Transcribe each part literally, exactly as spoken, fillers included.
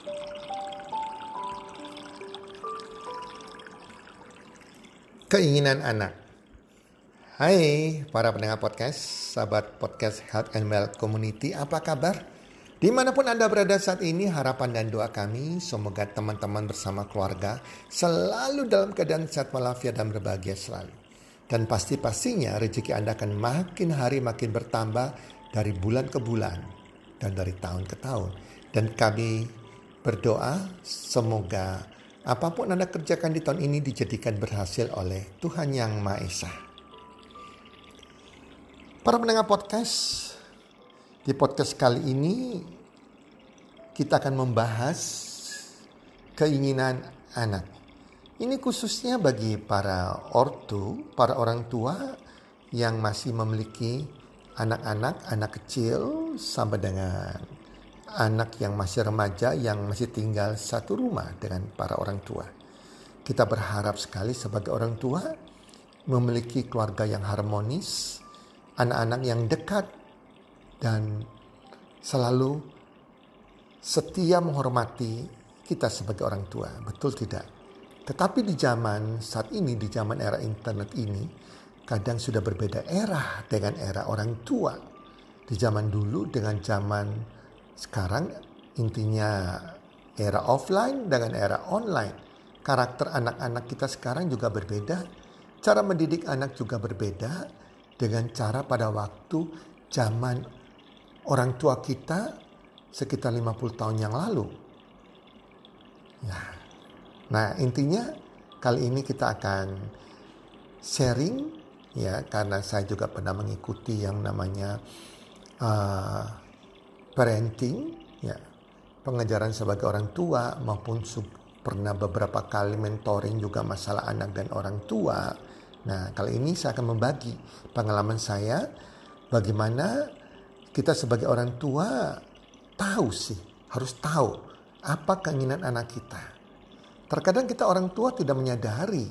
Keinginan anak. Hai para pendengar podcast, sahabat podcast Health and Well Community, apa kabar? Dimanapun Anda berada saat ini, harapan dan doa kami semoga teman-teman bersama keluarga selalu dalam keadaan sehat walafiat dan berbahagia selalu. Dan pasti-pastinya rezeki Anda akan makin hari makin bertambah dari bulan ke bulan dan dari tahun ke tahun. Dan kami berdoa semoga apapun Anda kerjakan di tahun ini dijadikan berhasil oleh Tuhan Yang Maha Esa. Para pendengar podcast, di podcast kali ini kita akan membahas keinginan anak. Ini khususnya bagi para ortu, para orang tua yang masih memiliki anak-anak, anak kecil sampai dengan anak yang masih remaja yang masih tinggal satu rumah dengan para orang tua. Kita berharap sekali sebagai orang tua memiliki keluarga yang harmonis, anak-anak yang dekat dan selalu setia menghormati kita sebagai orang tua. Betul tidak? Tetapi di zaman saat ini, di zaman era internet ini, kadang sudah berbeda era dengan era orang tua. Di zaman dulu dengan zaman sekarang, intinya era offline dengan era online. Karakter anak-anak kita sekarang juga berbeda. Cara mendidik anak juga berbeda dengan cara pada waktu zaman orang tua kita sekitar lima puluh tahun yang lalu. Ya. Nah, intinya kali ini kita akan sharing ya, karena saya juga pernah mengikuti yang namanya uh, parenting, ya, pengajaran sebagai orang tua maupun sub, pernah beberapa kali mentoring juga masalah anak dan orang tua. Nah, kali ini saya akan membagi pengalaman saya bagaimana kita sebagai orang tua tahu sih, harus tahu apa keinginan anak kita. Terkadang kita orang tua tidak menyadari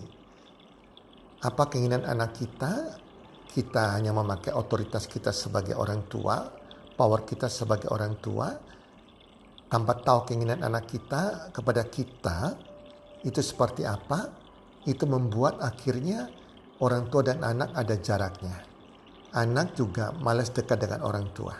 apa keinginan anak kita. Kita hanya memakai otoritas kita sebagai orang tua, power kita sebagai orang tua, tanpa tahu keinginan anak kita kepada kita itu seperti apa. Itu membuat akhirnya orang tua dan anak ada jaraknya. Anak juga malas dekat dengan orang tua.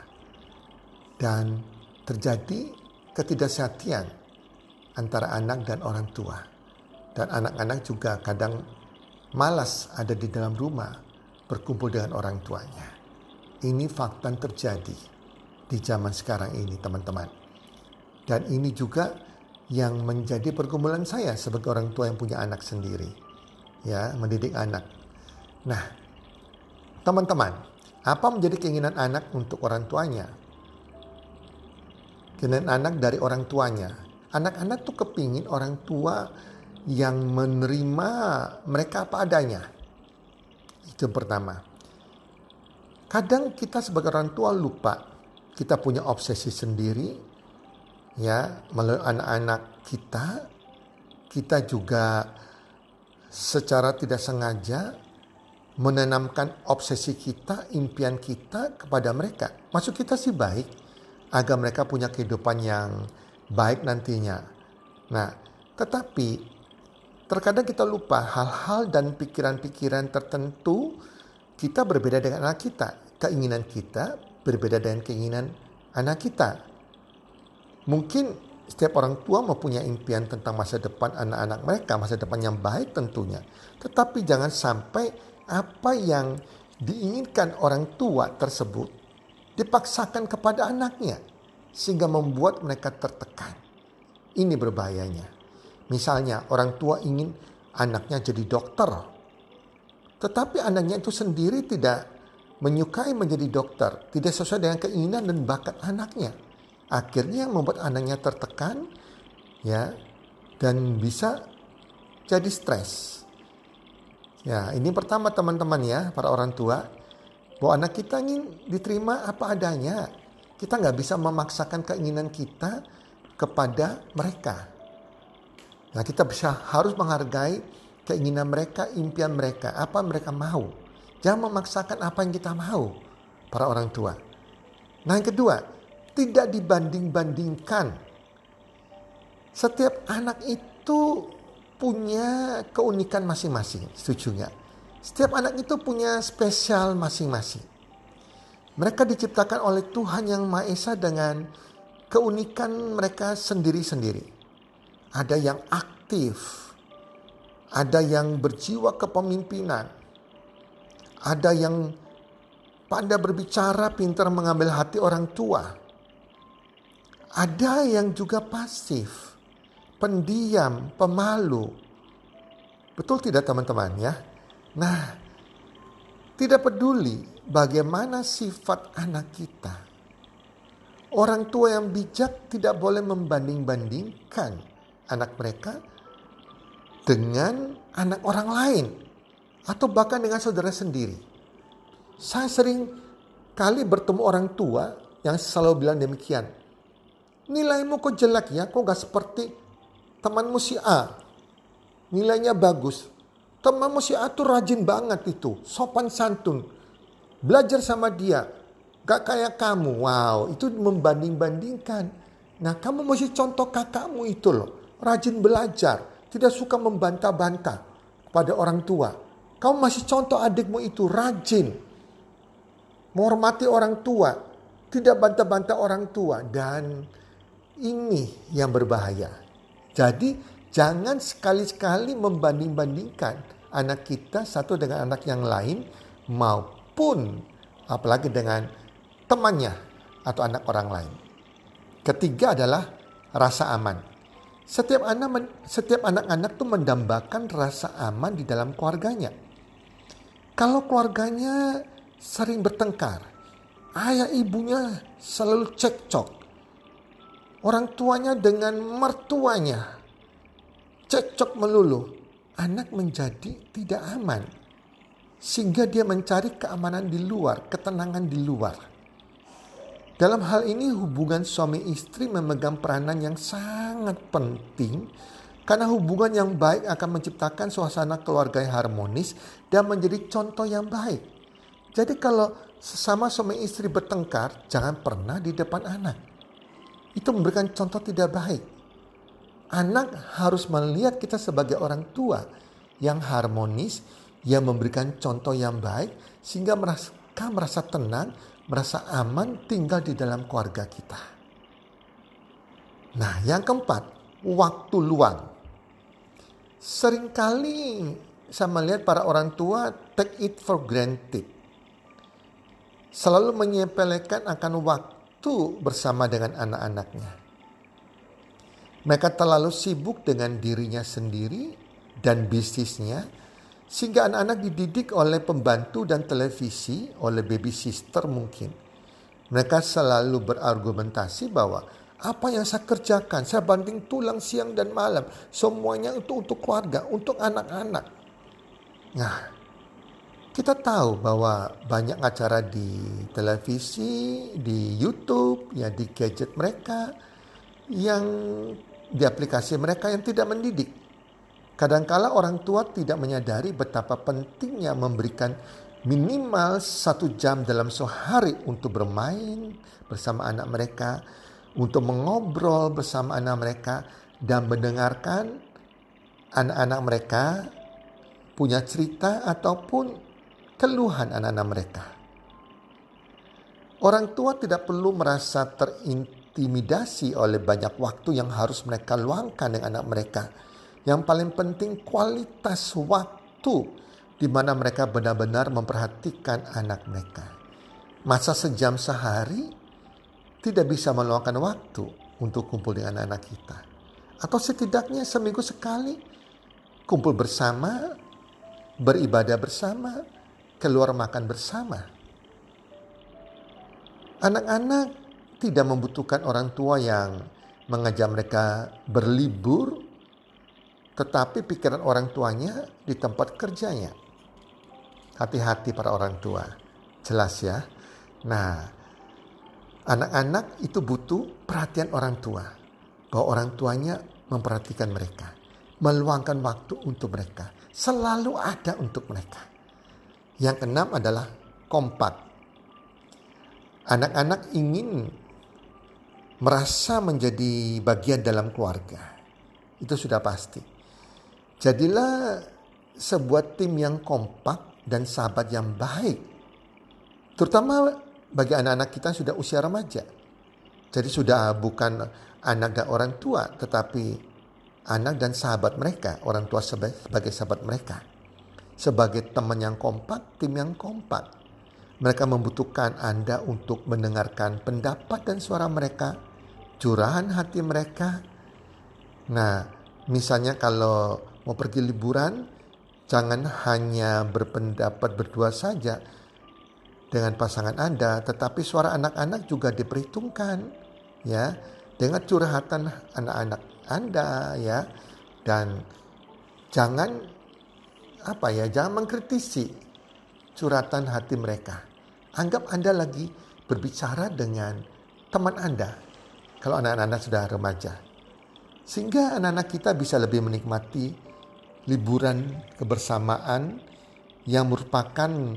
Dan terjadi ketidaksehatan antara anak dan orang tua. Dan anak-anak juga kadang malas ada di dalam rumah berkumpul dengan orang tuanya. Ini fakta terjadi di zaman sekarang ini, teman-teman. Dan ini juga yang menjadi pergumulan saya sebagai orang tua yang punya anak sendiri. Ya, mendidik anak. Nah, teman-teman, apa menjadi keinginan anak untuk orang tuanya? Keinginan anak dari orang tuanya. Anak-anak tuh kepingin orang tua yang menerima mereka apa adanya. Itu yang pertama. Kadang kita sebagai orang tua lupa. Kita punya obsesi sendiri. Ya, melalui anak-anak kita. Kita juga secara tidak sengaja menanamkan obsesi kita, impian kita kepada mereka. Maksud kita sih baik, agar mereka punya kehidupan yang baik nantinya. Nah, tetapi terkadang kita lupa hal-hal dan pikiran-pikiran tertentu kita berbeda dengan anak kita. Keinginan kita berbeda dengan keinginan anak kita. Mungkin setiap orang tua mempunyai impian tentang masa depan anak-anak mereka, masa depan yang baik tentunya. Tetapi jangan sampai apa yang diinginkan orang tua tersebut dipaksakan kepada anaknya sehingga membuat mereka tertekan. Ini berbahayanya. Misalnya orang tua ingin anaknya jadi dokter, tetapi anaknya itu sendiri tidak menyukai menjadi dokter, tidak sesuai dengan keinginan dan bakat anaknya. Akhirnya membuat anaknya tertekan, ya, dan bisa jadi stres. Ya, ini pertama teman-teman ya, para orang tua, bahwa anak kita ingin diterima apa adanya. Kita nggak bisa memaksakan keinginan kita kepada mereka. Nah, kita bisa harus menghargai keinginan mereka, impian mereka, apa mereka mau. Jangan memaksakan apa yang kita mau, para orang tua. Nah, yang kedua, tidak dibanding-bandingkan Setiap anak itu punya keunikan masing-masing, setuju nggak? Setiap anak itu punya spesial masing-masing. Mereka diciptakan oleh Tuhan Yang Maha Esa dengan keunikan mereka sendiri-sendiri. Ada yang aktif, ada yang berjiwa kepemimpinan, ada yang pandai berbicara, pintar mengambil hati orang tua. Ada yang juga pasif, pendiam, pemalu. Betul tidak teman-teman ya? Nah, tidak peduli bagaimana sifat anak kita. Orang tua yang bijak tidak boleh membanding-bandingkan anak mereka dengan anak orang lain. Atau bahkan dengan saudara sendiri. Saya sering kali bertemu orang tua yang selalu bilang demikian. Nilaimu kok jelek ya, kok gak seperti temanmu si A. Nilainya bagus. Temanmu si A tuh rajin banget itu, sopan santun. Belajar sama dia, gak kayak kamu. Wow, itu membanding-bandingkan. Nah, kamu mesti contoh kakakmu itu loh. Rajin belajar, tidak suka membantah-bantah pada orang tua. Kamu masih contoh adikmu itu, rajin. Menghormati orang tua, tidak bantah-bantah orang tua. Dan ini yang berbahaya. Jadi jangan sekali-sekali membanding-bandingkan anak kita satu dengan anak yang lain maupun apalagi dengan temannya atau anak orang lain. Ketiga adalah rasa aman. Setiap anak setiap anak-anak tuh mendambakan rasa aman di dalam keluarganya. Kalau keluarganya sering bertengkar, ayah ibunya selalu cekcok, orang tuanya dengan mertuanya cekcok melulu, anak menjadi tidak aman. Sehingga dia mencari keamanan di luar, ketenangan di luar. Dalam hal ini hubungan suami istri memegang peranan yang sangat penting. Karena hubungan yang baik akan menciptakan suasana keluarga yang harmonis dan menjadi contoh yang baik. Jadi kalau sesama suami istri bertengkar, jangan pernah di depan anak. Itu memberikan contoh tidak baik. Anak harus melihat kita sebagai orang tua yang harmonis, yang memberikan contoh yang baik, sehingga mereka merasa tenang, merasa aman tinggal di dalam keluarga kita. Nah, yang keempat, waktu luang. Seringkali saya melihat para orang tua take it for granted. Selalu menyepelekan akan waktu bersama dengan anak-anaknya. Mereka terlalu sibuk dengan dirinya sendiri dan bisnisnya, sehingga anak-anak dididik oleh pembantu dan televisi, oleh baby sister mungkin. Mereka selalu berargumentasi bahwa apa yang saya kerjakan, saya banting tulang siang dan malam, semuanya itu untuk keluarga, untuk anak-anak. Nah, kita tahu bahwa banyak acara di televisi, di YouTube, ya di gadget mereka, yang di aplikasi mereka yang tidak mendidik. Kadangkala orang tua tidak menyadari betapa pentingnya memberikan minimal satu jam dalam sehari untuk bermain bersama anak mereka, untuk mengobrol bersama anak mereka, dan mendengarkan anak-anak mereka punya cerita ataupun keluhan anak-anak mereka. Orang tua tidak perlu merasa terintimidasi oleh banyak waktu yang harus mereka luangkan dengan anak mereka. Yang paling penting kualitas waktu di mana mereka benar-benar memperhatikan anak mereka. Masa sejam sehari tidak bisa meluangkan waktu untuk kumpul dengan anak kita. Atau setidaknya seminggu sekali kumpul bersama, beribadah bersama, keluar makan bersama. Anak-anak tidak membutuhkan orang tua yang mengajak mereka berlibur, tetapi pikiran orang tuanya di tempat kerjanya. Hati-hati para orang tua. Jelas ya. Nah, anak-anak itu butuh perhatian orang tua. Bahwa orang tuanya memperhatikan mereka. Meluangkan waktu untuk mereka. Selalu ada untuk mereka. Yang keenam adalah kompak. Anak-anak ingin merasa menjadi bagian dalam keluarga. Itu sudah pasti. Jadilah sebuah tim yang kompak dan sahabat yang baik. Terutama bagi anak-anak kita yang sudah usia remaja. Jadi sudah bukan anak dan orang tua, tetapi anak dan sahabat mereka. Orang tua sebagai sahabat mereka. Sebagai teman yang kompak, tim yang kompak. Mereka membutuhkan Anda untuk mendengarkan pendapat dan suara mereka, curahan hati mereka. Nah, misalnya kalau mau pergi liburan, jangan hanya berpendapat berdua saja dengan pasangan Anda, tetapi suara anak-anak juga diperhitungkan, ya, dengan curhatan anak-anak Anda, ya, dan jangan apa ya, jangan mengkritisi curhatan hati mereka. Anggap Anda lagi berbicara dengan teman Anda kalau anak-anak sudah remaja. Sehingga anak-anak kita bisa lebih menikmati liburan kebersamaan yang merupakan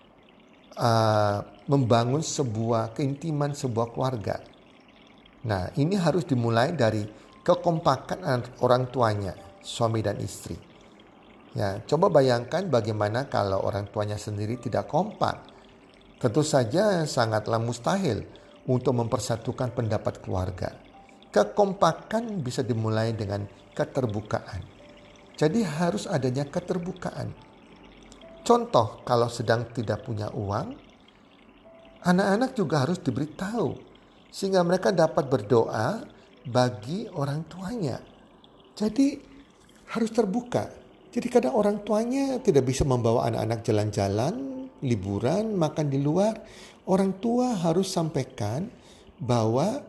uh, membangun sebuah keintiman sebuah keluarga. Nah, ini harus dimulai dari kekompakan orang tuanya, suami dan istri. Ya, coba bayangkan bagaimana kalau orang tuanya sendiri tidak kompak. Tentu saja sangatlah mustahil untuk mempersatukan pendapat keluarga. Kekompakan bisa dimulai dengan keterbukaan. Jadi harus adanya keterbukaan. Contoh, kalau sedang tidak punya uang, anak-anak juga harus diberitahu sehingga mereka dapat berdoa bagi orang tuanya. Jadi harus terbuka. Jadi kadang orang tuanya tidak bisa membawa anak-anak jalan-jalan, liburan, makan di luar. Orang tua harus sampaikan bahwa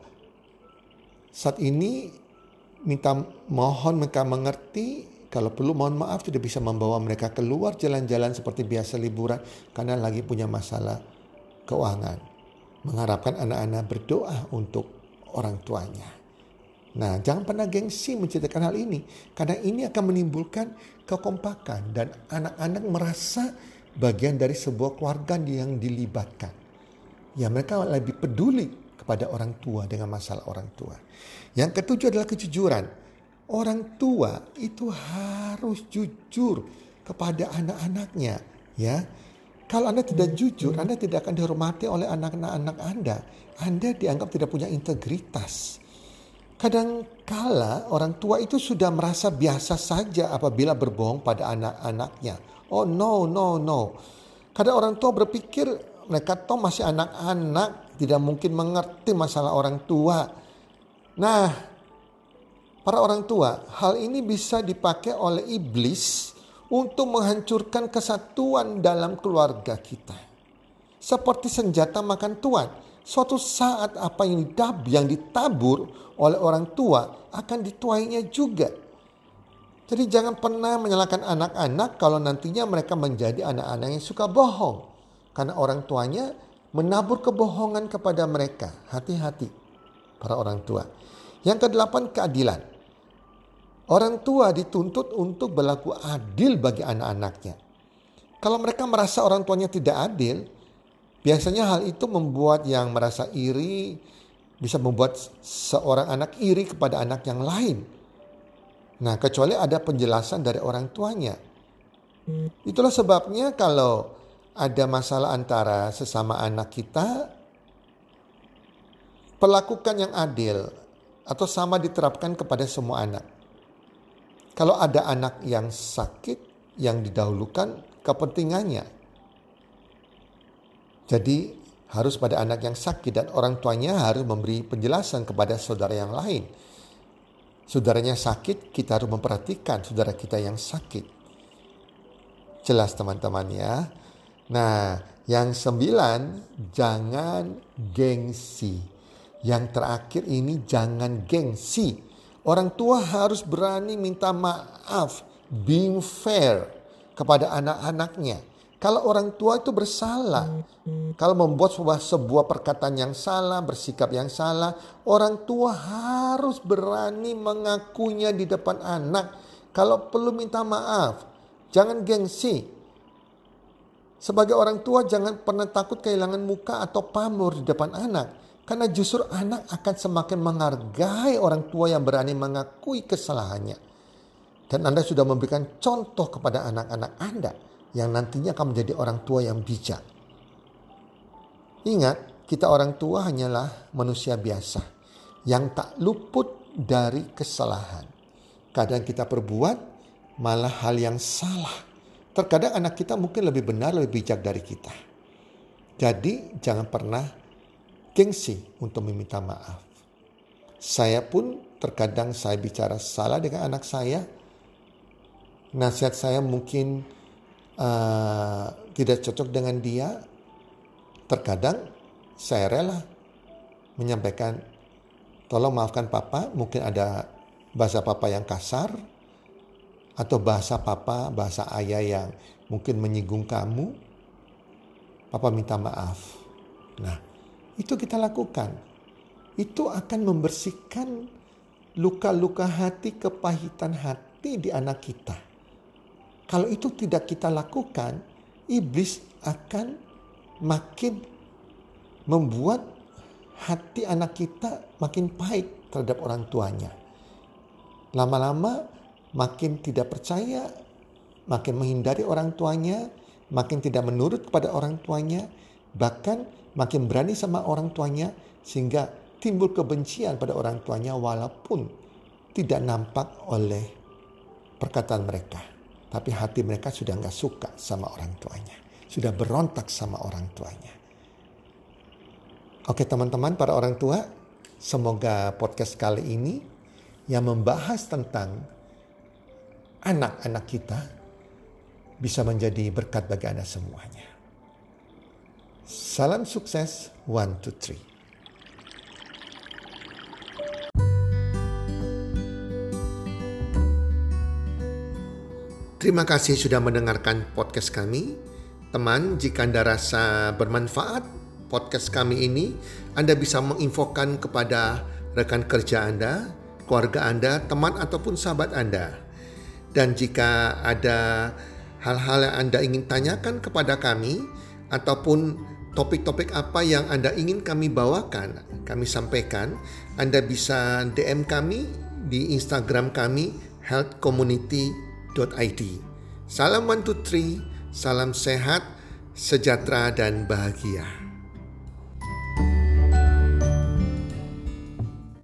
saat ini minta mohon mereka mengerti, kalau perlu mohon maaf tidak bisa membawa mereka keluar jalan-jalan seperti biasa liburan karena lagi punya masalah keuangan. Mengharapkan anak-anak berdoa untuk orang tuanya. Nah, jangan pernah gengsi menceritakan hal ini karena ini akan menimbulkan kekompakan dan anak-anak merasa bagian dari sebuah keluarga yang dilibatkan. Ya, mereka lebih peduli kepada orang tua dengan masalah orang tua. Yang ketujuh adalah kejujuran. Orang tua itu harus jujur kepada anak-anaknya, ya. Kalau Anda tidak jujur, Anda tidak akan dihormati oleh anak-anak Anda. Anda dianggap tidak punya integritas. Kadangkala orang tua itu sudah merasa biasa saja apabila berbohong pada anak-anaknya. Oh no, no, no. Kadang orang tua berpikir mereka toh masih anak-anak, tidak mungkin mengerti masalah orang tua. Nah, para orang tua, hal ini bisa dipakai oleh iblis untuk menghancurkan kesatuan dalam keluarga kita. Seperti senjata makan tuan. Suatu saat apa yang ditab, yang ditabur oleh orang tua akan dituainya juga. Jadi jangan pernah menyalahkan anak-anak kalau nantinya mereka menjadi anak-anak yang suka bohong. Karena orang tuanya menabur kebohongan kepada mereka. Hati-hati para orang tua. Yang kedelapan, keadilan. Orang tua dituntut untuk berlaku adil bagi anak-anaknya. Kalau mereka merasa orang tuanya tidak adil, biasanya hal itu membuat yang merasa iri, bisa membuat seorang anak iri kepada anak yang lain. Nah, kecuali ada penjelasan dari orang tuanya. Itulah sebabnya kalau ada masalah antara sesama anak kita, perlakukan yang adil atau sama diterapkan kepada semua anak. Kalau ada anak yang sakit, yang didahulukan kepentingannya. Jadi harus pada anak yang sakit dan orang tuanya harus memberi penjelasan kepada saudara yang lain. Saudaranya sakit, kita harus memperhatikan saudara kita yang sakit. Jelas teman-teman ya. Nah, yang sembilan, jangan gengsi. Yang terakhir ini jangan gengsi. Orang tua harus berani minta maaf, being fair kepada anak-anaknya. Kalau orang tua itu bersalah, kalau membuat sebuah, sebuah perkataan yang salah, bersikap yang salah, orang tua harus berani mengakuinya di depan anak. Kalau perlu minta maaf, jangan gengsi. Sebagai orang tua jangan pernah takut kehilangan muka atau pamor di depan anak. Karena justru anak akan semakin menghargai orang tua yang berani mengakui kesalahannya. Dan Anda sudah memberikan contoh kepada anak-anak Anda yang nantinya akan menjadi orang tua yang bijak. Ingat, kita orang tua hanyalah manusia biasa yang tak luput dari kesalahan. Kadang kita perbuat malah hal yang salah. Terkadang anak kita mungkin lebih benar, lebih bijak dari kita. Jadi jangan pernah gengsi untuk meminta maaf. Saya pun terkadang saya bicara salah dengan anak saya. Nasihat saya mungkin uh, tidak cocok dengan dia. Terkadang saya rela menyampaikan, tolong maafkan papa, mungkin ada bahasa papa yang kasar. Atau bahasa papa, bahasa ayah yang mungkin menyinggung kamu. Papa minta maaf. Nah, itu kita lakukan. Itu akan membersihkan luka-luka hati, kepahitan hati di anak kita. Kalau itu tidak kita lakukan, iblis akan makin membuat hati anak kita makin pahit terhadap orang tuanya. Lama-lama makin tidak percaya, makin menghindari orang tuanya, makin tidak menurut kepada orang tuanya, bahkan makin berani sama orang tuanya sehingga timbul kebencian pada orang tuanya walaupun tidak nampak oleh perkataan mereka. Tapi hati mereka sudah gak suka sama orang tuanya. Sudah berontak sama orang tuanya. Oke teman-teman, para orang tua, semoga podcast kali ini yang membahas tentang anak-anak kita bisa menjadi berkat bagi Anda semuanya. Salam sukses, one, two, three. Terima kasih sudah mendengarkan podcast kami. Teman, jika Anda rasa bermanfaat podcast kami ini, Anda bisa menginfokan kepada rekan kerja Anda, keluarga Anda, teman ataupun sahabat Anda. Dan jika ada hal-hal yang Anda ingin tanyakan kepada kami, ataupun topik-topik apa yang Anda ingin kami bawakan, kami sampaikan, Anda bisa D M kami di Instagram kami health community dot i d. Salam one two three, salam sehat, sejahtera dan bahagia.